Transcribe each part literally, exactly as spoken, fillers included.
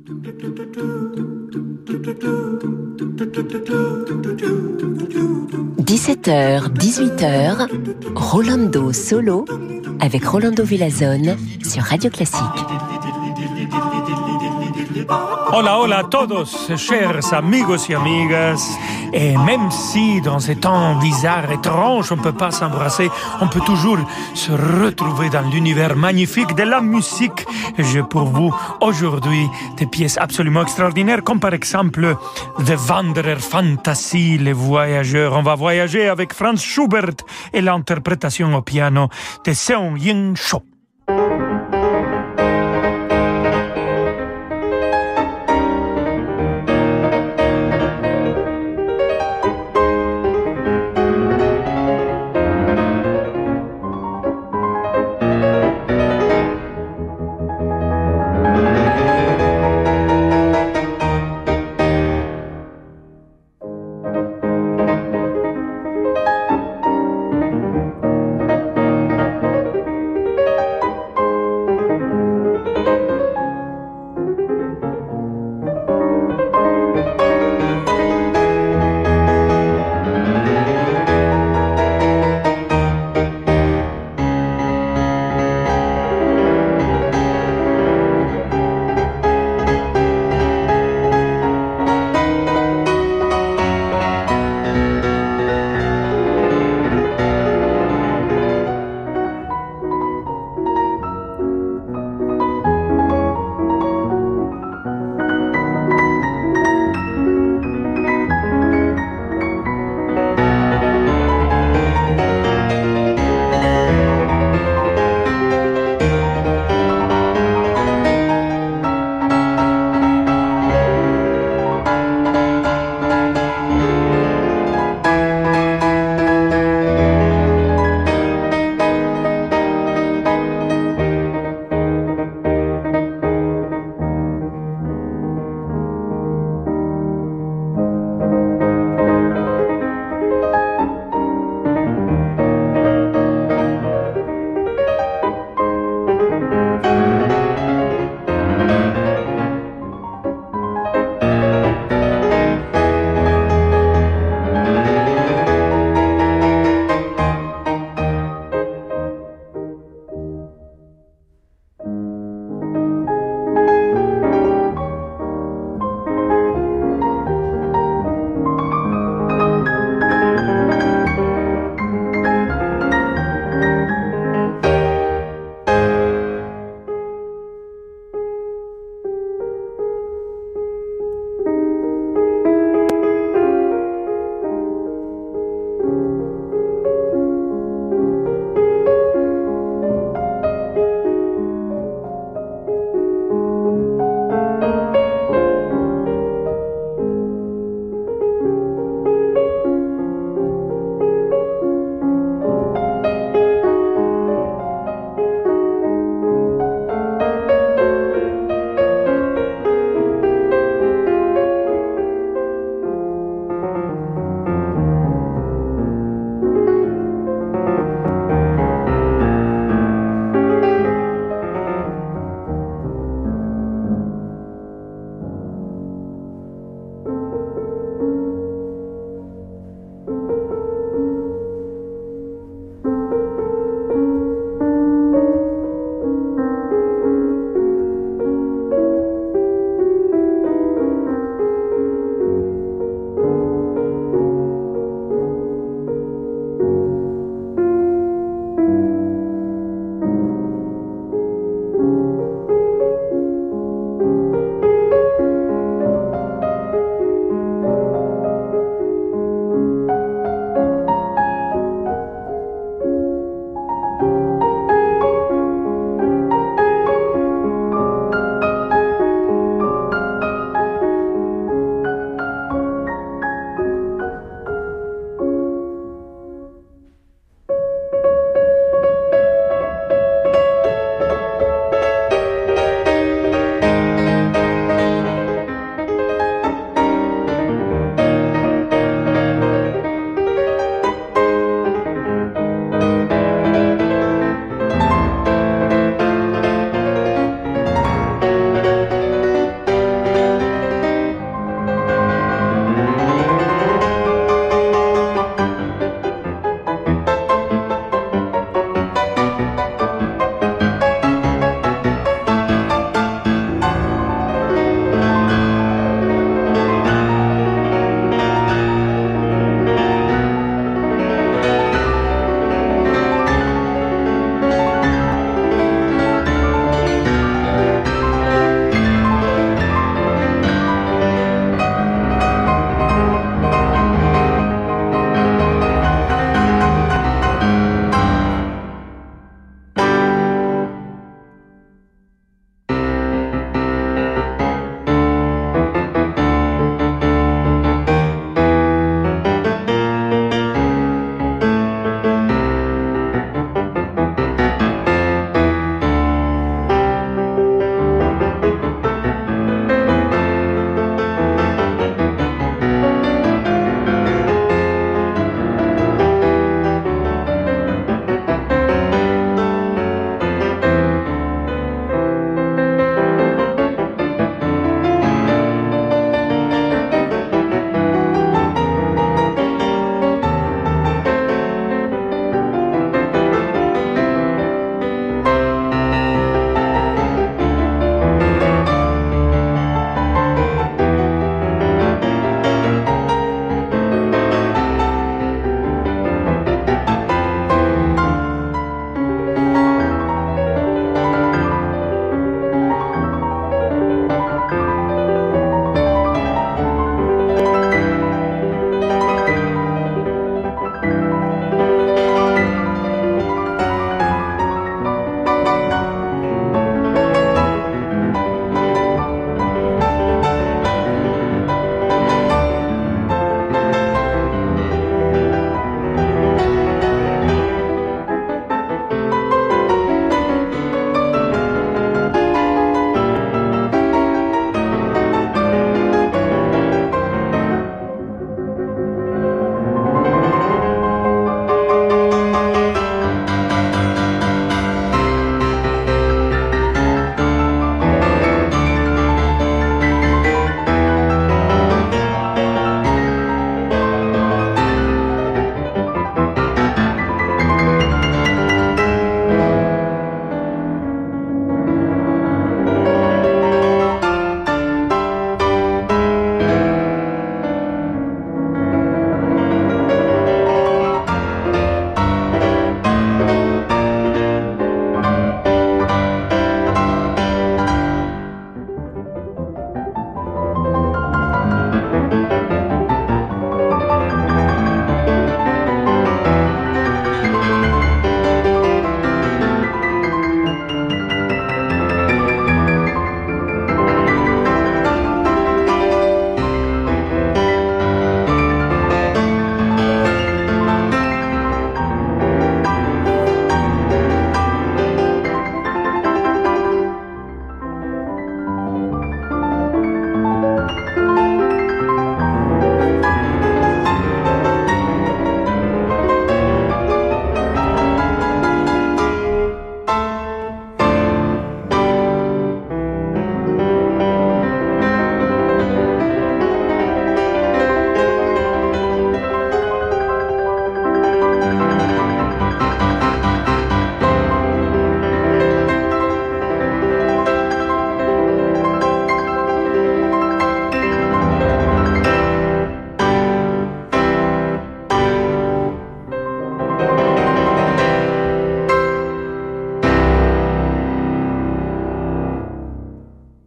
dix-sept heures, dix-huit heures, Rolando Solo avec Rolando Villazone sur Radio Classique. Hola, hola a todos, chers amigos y amigas. Et même si dans ces temps bizarres, étranges, on ne peut pas s'embrasser, on peut toujours se retrouver dans l'univers magnifique de la musique. J'ai pour vous aujourd'hui des pièces absolument extraordinaires, comme par exemple The Wanderer Fantasy, les voyageurs. On va voyager avec Franz Schubert et l'interprétation au piano de Seong Yin Cho.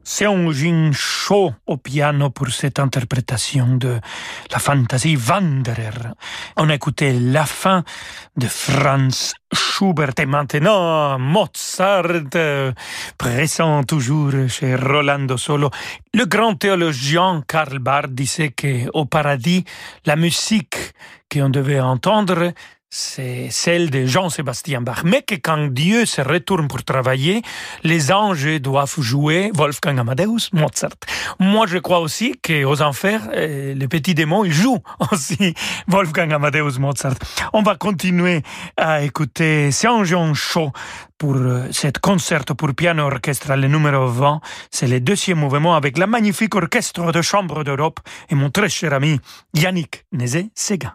Seong-Jin Cho au piano pour cette interprétation de la Fantasie Wanderer. On a écouté la fin de Franz Schubert et maintenant Mozart, euh, présent toujours chez Rolando Solo. Le grand théologien Karl Barth disait qu'au paradis, la musique qu'on devait entendre, c'est celle de Jean-Sébastien Bach. Mais que quand Dieu se retourne pour travailler, les anges doivent jouer Wolfgang Amadeus Mozart. Moi, je crois aussi qu'aux enfers, euh, les petits démons, ils jouent aussi Wolfgang Amadeus Mozart. On va continuer à écouter Seong-Jin Cho pour euh, cette concerto pour piano orchestral, le numéro vingt. C'est le deuxième mouvement avec la magnifique orchestre de chambre d'Europe et mon très cher ami Yannick Nézet-Séguin.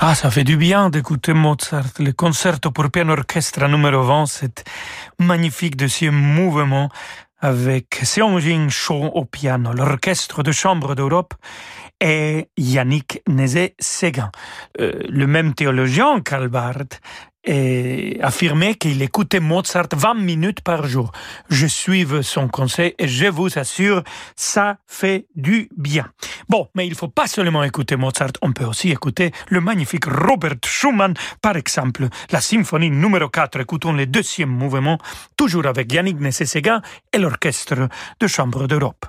Ah, ça fait du bien d'écouter Mozart. Le concerto pour piano orchestre numéro vingt, c'est magnifique deuxième mouvement avec Seong-Jin Cho au piano, l'orchestre de chambre d'Europe et Yannick Nézet-Séguin. Euh, le même théologien, Karl Barth, et affirmé qu'il écoutait Mozart vingt minutes par jour. Je suis son conseil et je vous assure, ça fait du bien. Bon, mais il ne faut pas seulement écouter Mozart, on peut aussi écouter le magnifique Robert Schumann, par exemple, la symphonie numéro quatre. Écoutons le deuxième mouvement, toujours avec Yannick Nézet-Séguin et l'orchestre de chambre d'Europe.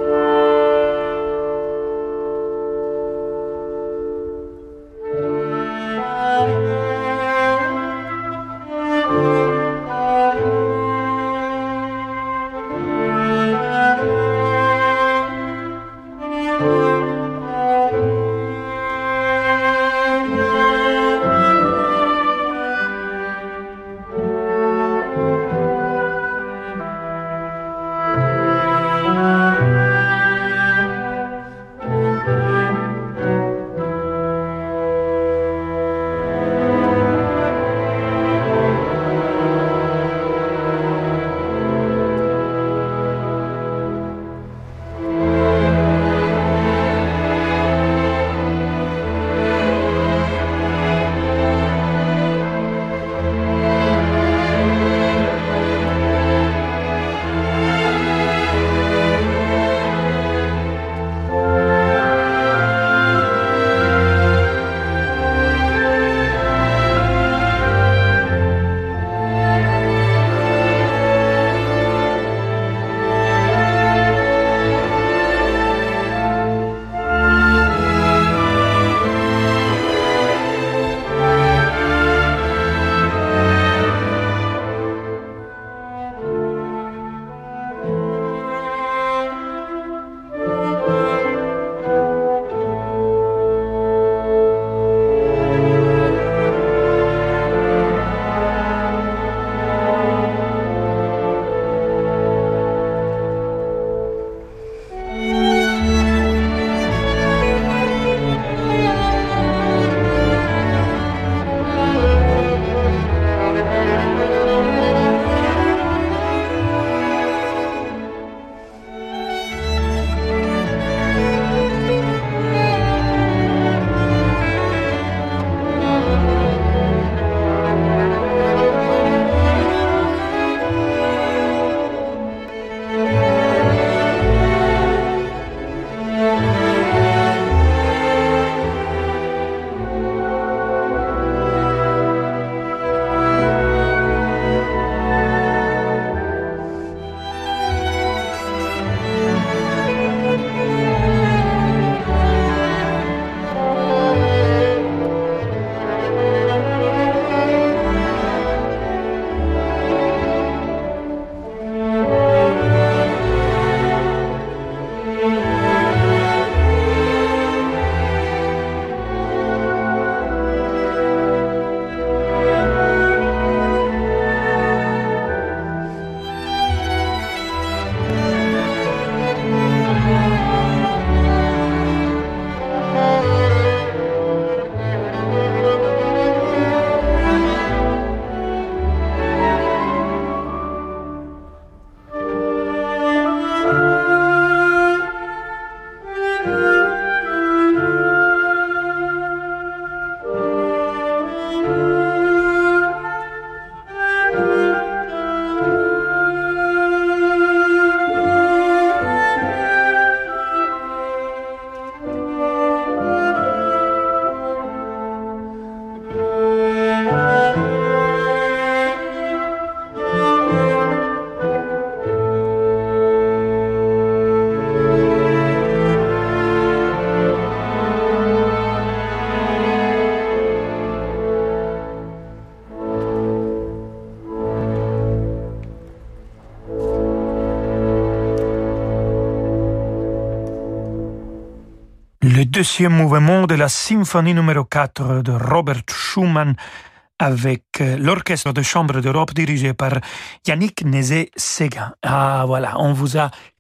Le deuxième mouvement de la symphonie numéro quatre de Robert Schumann avec l'orchestre de chambre d'Europe dirigé par Yannick Nézet-Séguin. Ah voilà, on vous a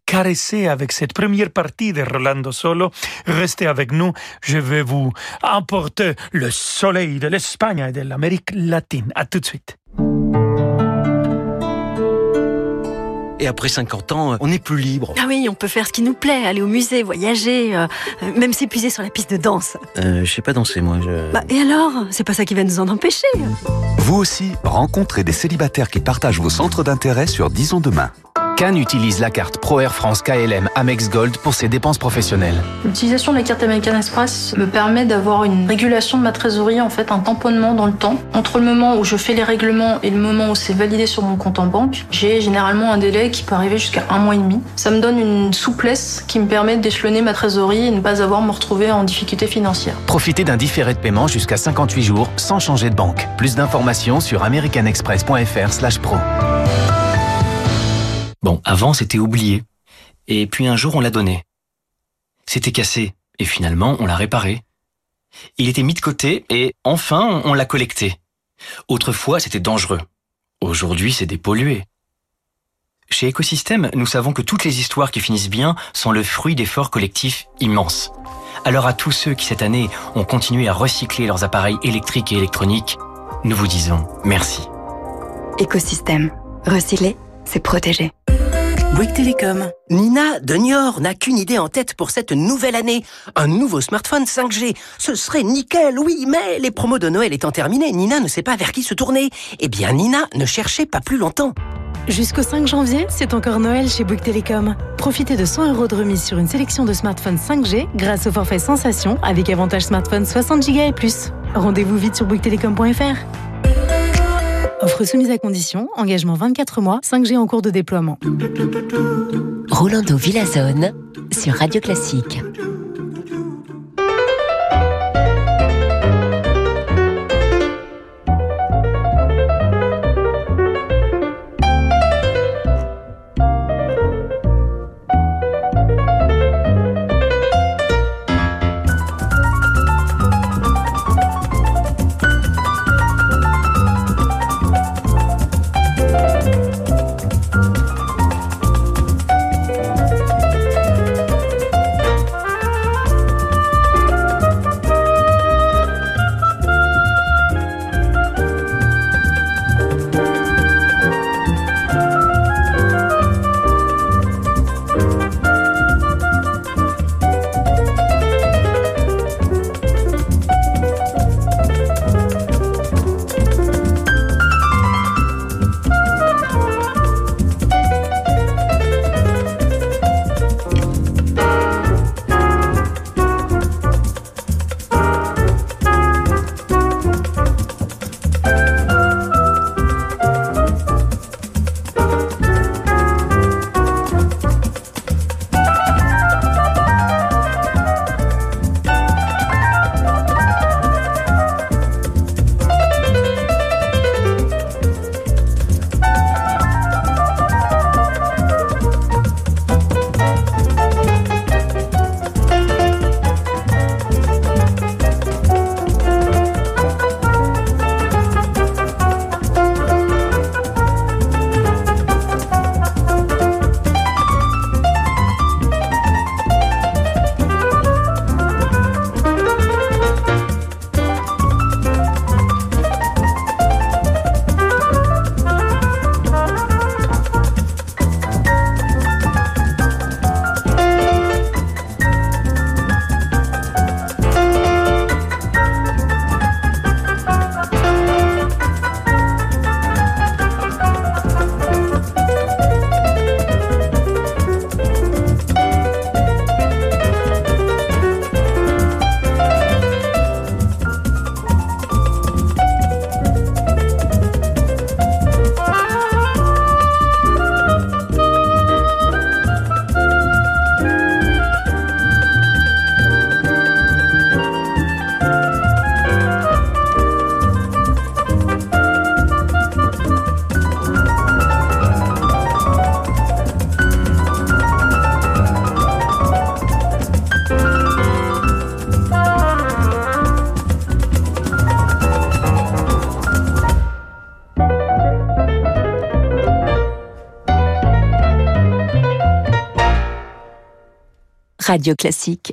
caresser avec cette première partie de Rolando Solo. Restez avec nous, je vais vous emporter le soleil de l'Espagne et de l'Amérique latine. À tout de suite. Et après cinquante ans, on n'est plus libre. Ah oui, on peut faire ce qui nous plaît, aller au musée, voyager, euh, même s'épuiser sur la piste de danse. Euh, je sais pas danser, moi. Je... Bah, et alors ? C'est pas ça qui va nous en empêcher. Vous aussi, rencontrez des célibataires qui partagent vos centres d'intérêt sur Disons Demain. Cannes utilise la carte Pro Air France K L M Amex Gold pour ses dépenses professionnelles. L'utilisation de la carte American Express me permet d'avoir une régulation de ma trésorerie, en fait un tamponnement dans le temps. Entre le moment où je fais les règlements et le moment où c'est validé sur mon compte en banque, j'ai généralement un délai qui peut arriver jusqu'à un mois et demi. Ça me donne une souplesse qui me permet d'échelonner ma trésorerie et ne pas avoir à me retrouver en difficulté financière. Profitez d'un différé de paiement jusqu'à cinquante-huit jours sans changer de banque. Plus d'informations sur americanexpress point f r slash pro. Bon, avant, c'était oublié. Et puis un jour, on l'a donné. C'était cassé. Et finalement, on l'a réparé. Il était mis de côté et enfin, on l'a collecté. Autrefois, c'était dangereux. Aujourd'hui, c'est dépollué. Chez Écosystème, nous savons que toutes les histoires qui finissent bien sont le fruit d'efforts collectifs immenses. Alors à tous ceux qui, cette année, ont continué à recycler leurs appareils électriques et électroniques, nous vous disons merci. Écosystème. Recycler, c'est protéger. Bouygues Télécom. Nina de Niort n'a qu'une idée en tête pour cette nouvelle année. Un nouveau smartphone cinq G. Ce serait nickel, oui, mais les promos de Noël étant terminées, Nina ne sait pas vers qui se tourner. Eh bien, Nina ne cherchait pas plus longtemps. Jusqu'au cinq janvier, c'est encore Noël chez Bouygues Télécom. Profitez de cent euros de remise sur une sélection de smartphones cinq G grâce au forfait Sensation avec avantage smartphone soixante giga et plus. Rendez-vous vite sur bouygues télécom point f r. Offre soumise à condition, engagement vingt-quatre mois, cinq G en cours de déploiement. Rolando Villazone sur Radio Classique. Radio Classique.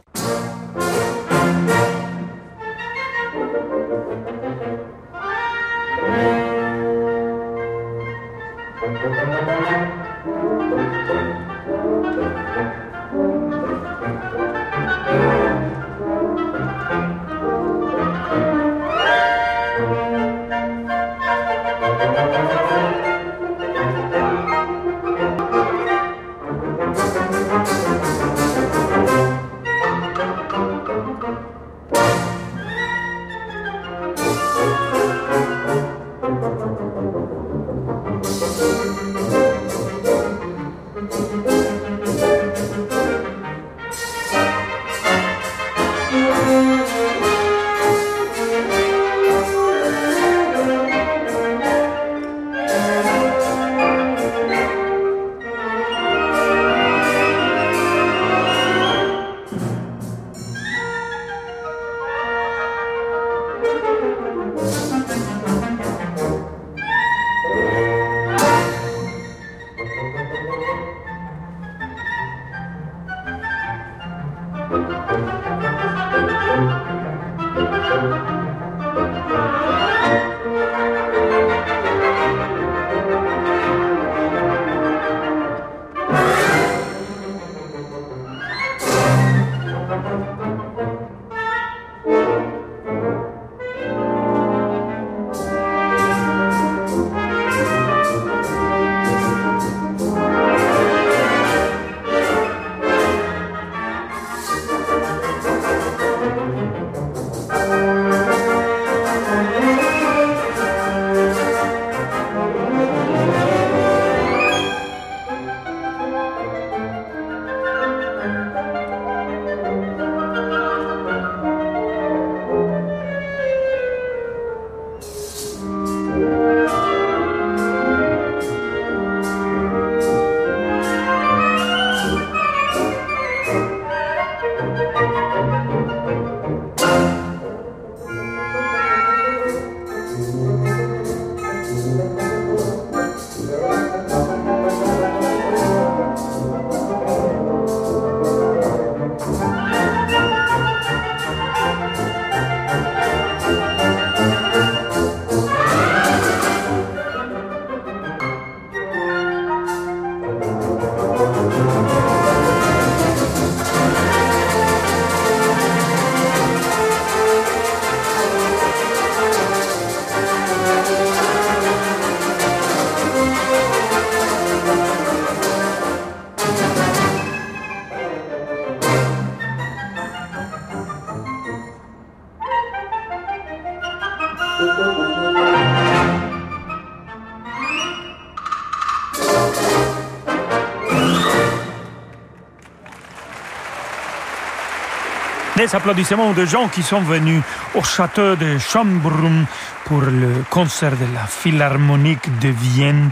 Des applaudissements de gens qui sont venus au château de Schönbrunn pour le concert de la Philharmonique de Vienne,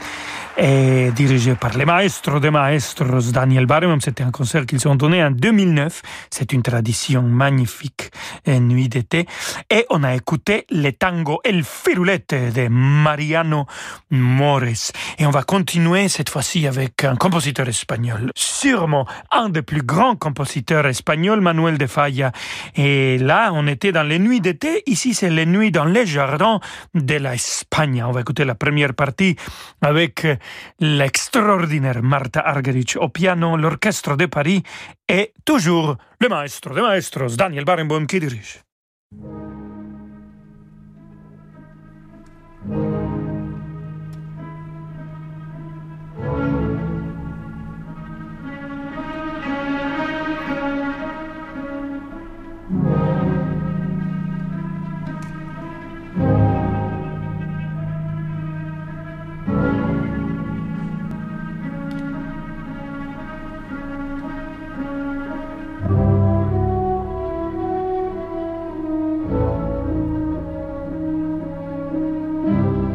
et dirigé par les maestros de maestros Daniel Barenboim. C'était un concert qu'ils ont donné en deux mille neuf. C'est une tradition magnifique, une nuit d'été. Et on a écouté le tango El Firulete de Mariano Mores. Et on va continuer cette fois-ci avec un compositeur espagnol. Sûrement un des plus grands compositeurs espagnols, Manuel de Falla. Et là, on était dans les nuits d'été. Ici, c'est les nuits dans les jardins de l'Espagne. On va écouter la première partie avec l'extraordinaire Martha Argerich au piano, l'Orchestre de Paris et toujours le maestro de maestros, Daniel Barenboim, qui dirige. Thank you.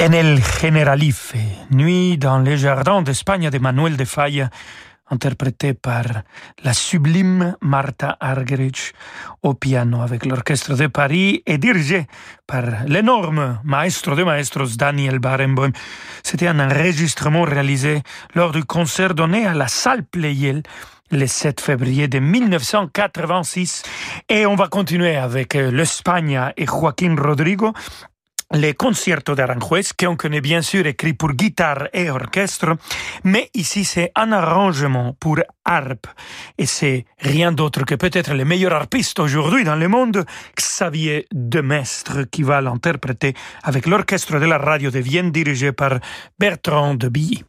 En el Generalife, Nuit dans les jardins d'Espagne de Manuel de Falla, interprété par la sublime Marta Argerich au piano avec l'Orchestre de Paris et dirigé par l'énorme maestro de maestros Daniel Barenboim. C'était un enregistrement réalisé lors du concert donné à la Salle Pleyel le sept février de mille neuf cent quatre-vingt-six. Et on va continuer avec l'Espagne et Joaquín Rodrigo. Les concertos d'Aranjuez, qu'on connaît bien sûr, écrits pour guitare et orchestre, mais ici c'est un arrangement pour harpe. Et c'est rien d'autre que peut-être le meilleur harpiste aujourd'hui dans le monde, Xavier Demestre, qui va l'interpréter avec l'orchestre de la radio de Vienne dirigé par Bertrand de Billy.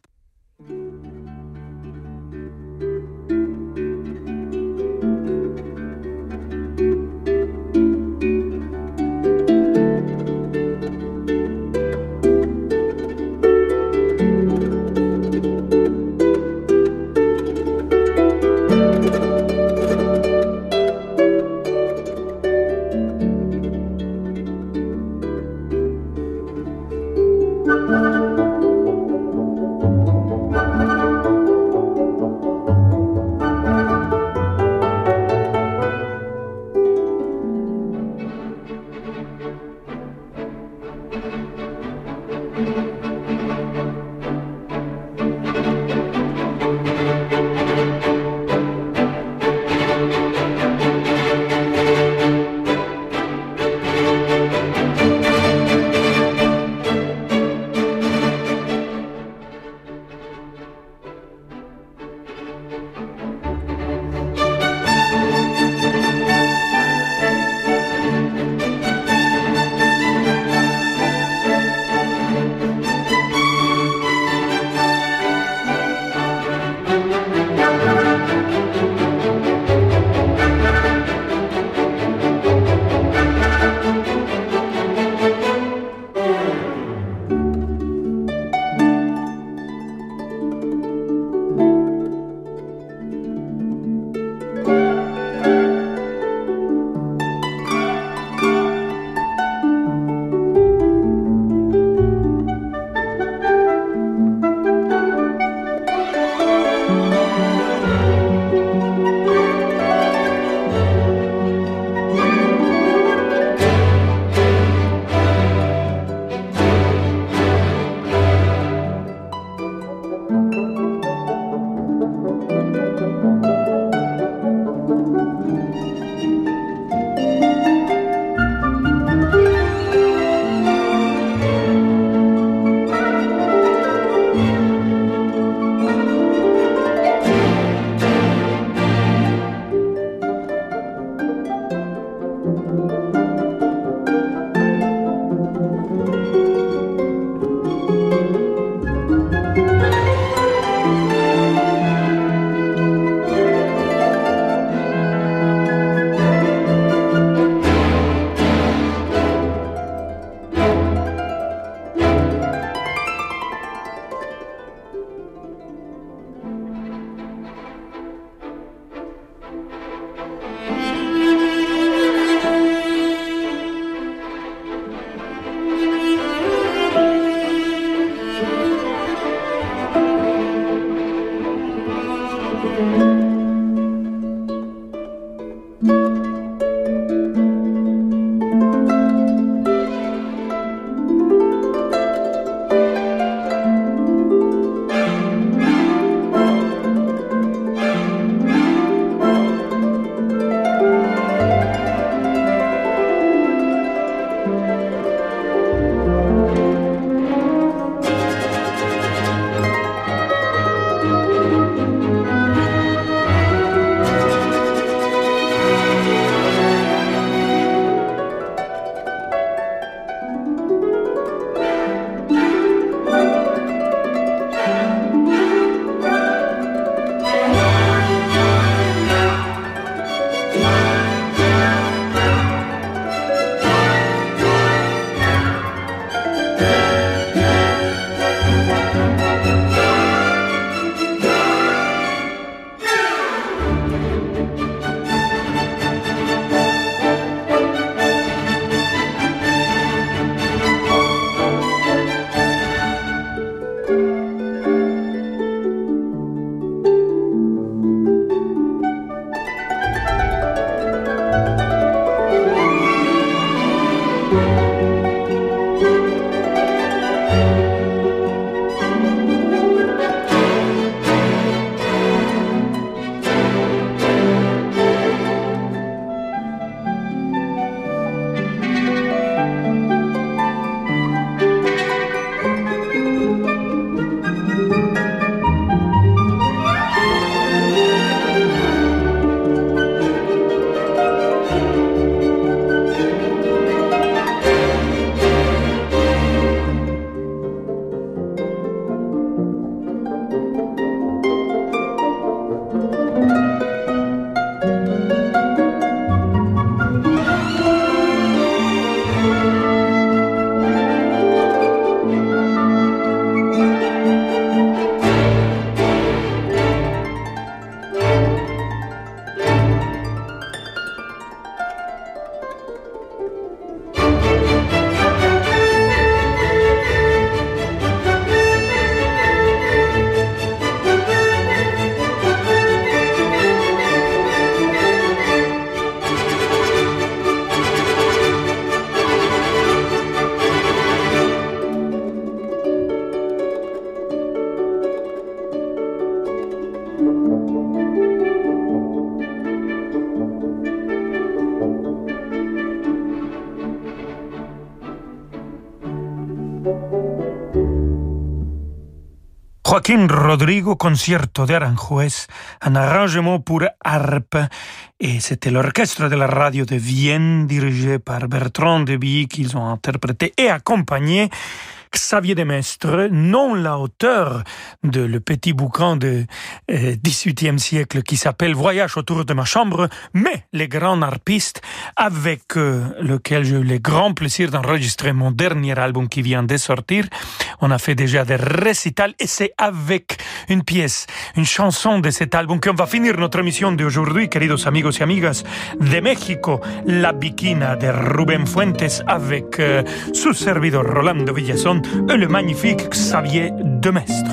Joaquín Rodrigo, Concierto de Aranjuez, un arrangement pour harpe. Et c'était l'orchestre de la radio de Vienne, dirigé par Bertrand Debilly, qu'ils ont interprété et accompagné Xavier Demestre, non l'auteur de le petit bouquin du dix-huitième siècle qui s'appelle Voyage autour de ma chambre, mais le grand harpiste avec euh, lequel j'ai eu le grand plaisir d'enregistrer mon dernier album qui vient de sortir. On a fait déjà des récitals et c'est avec une pièce, une chanson de cet album qu'on va finir notre émission d'aujourd'hui, queridos amigos y amigas de México, La Bikina de Rubén Fuentes avec euh, su servidor Rolando Villazón et le magnifique Xavier Demestre.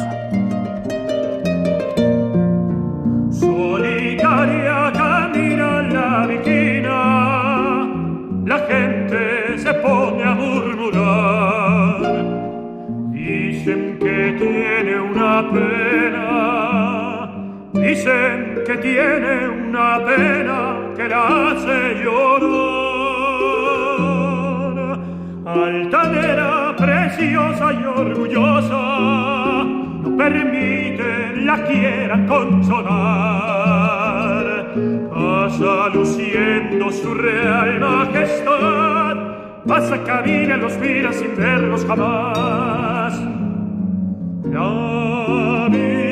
Solitaria camina la bikina, la gente se pone a murmurar. Dicen que tiene una pena, dicen que tiene una pena que la hace llorar. Altanera, preciosa y orgullosa, no permiten la quieran consolar. Pasa luciendo su real majestad, pasa camina, los mira sin verlos jamás. La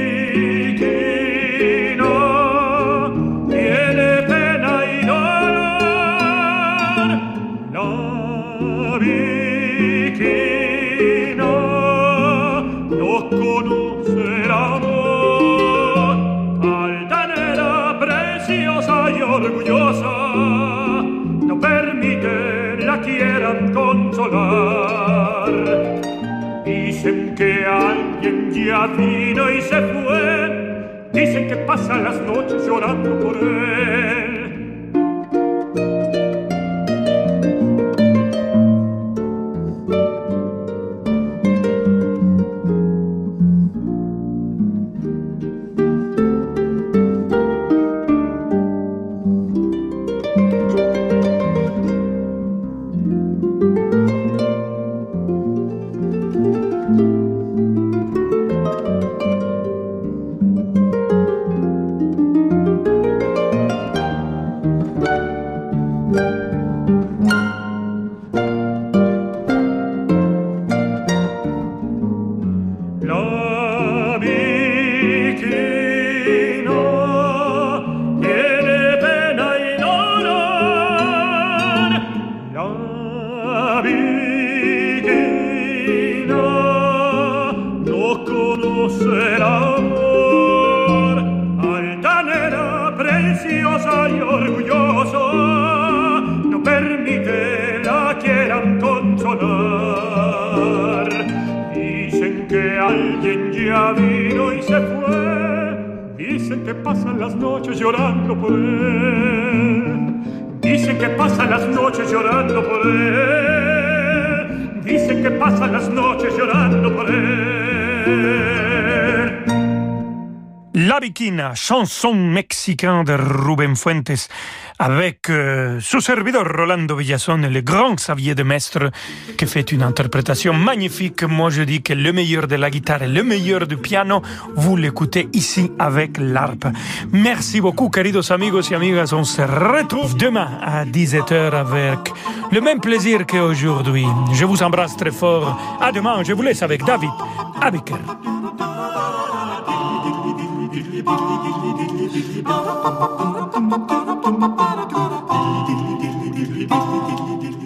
bikina tiene pena y dolor. La bikina no conoce el amor. Altanera, preciosa y orgullosa, no permite la quieran consolar. Dicen que alguien ya vino y se fue, dicen que pasan las noches llorando por él. La Bikina, chanson mexicaine de Rubén Fuentes avec euh, son servidor Rolando Villazón et le grand Xavier Demestre qui fait une interprétation magnifique. Moi je dis que le meilleur de la guitare et le meilleur du piano, vous l'écoutez ici avec l'harpe. Merci beaucoup queridos amigos y amigas, on se retrouve demain à dix-sept heures avec le même plaisir qu'aujourd'hui. Je vous embrasse très fort, à demain, je vous laisse avec David Abiker. Thank you.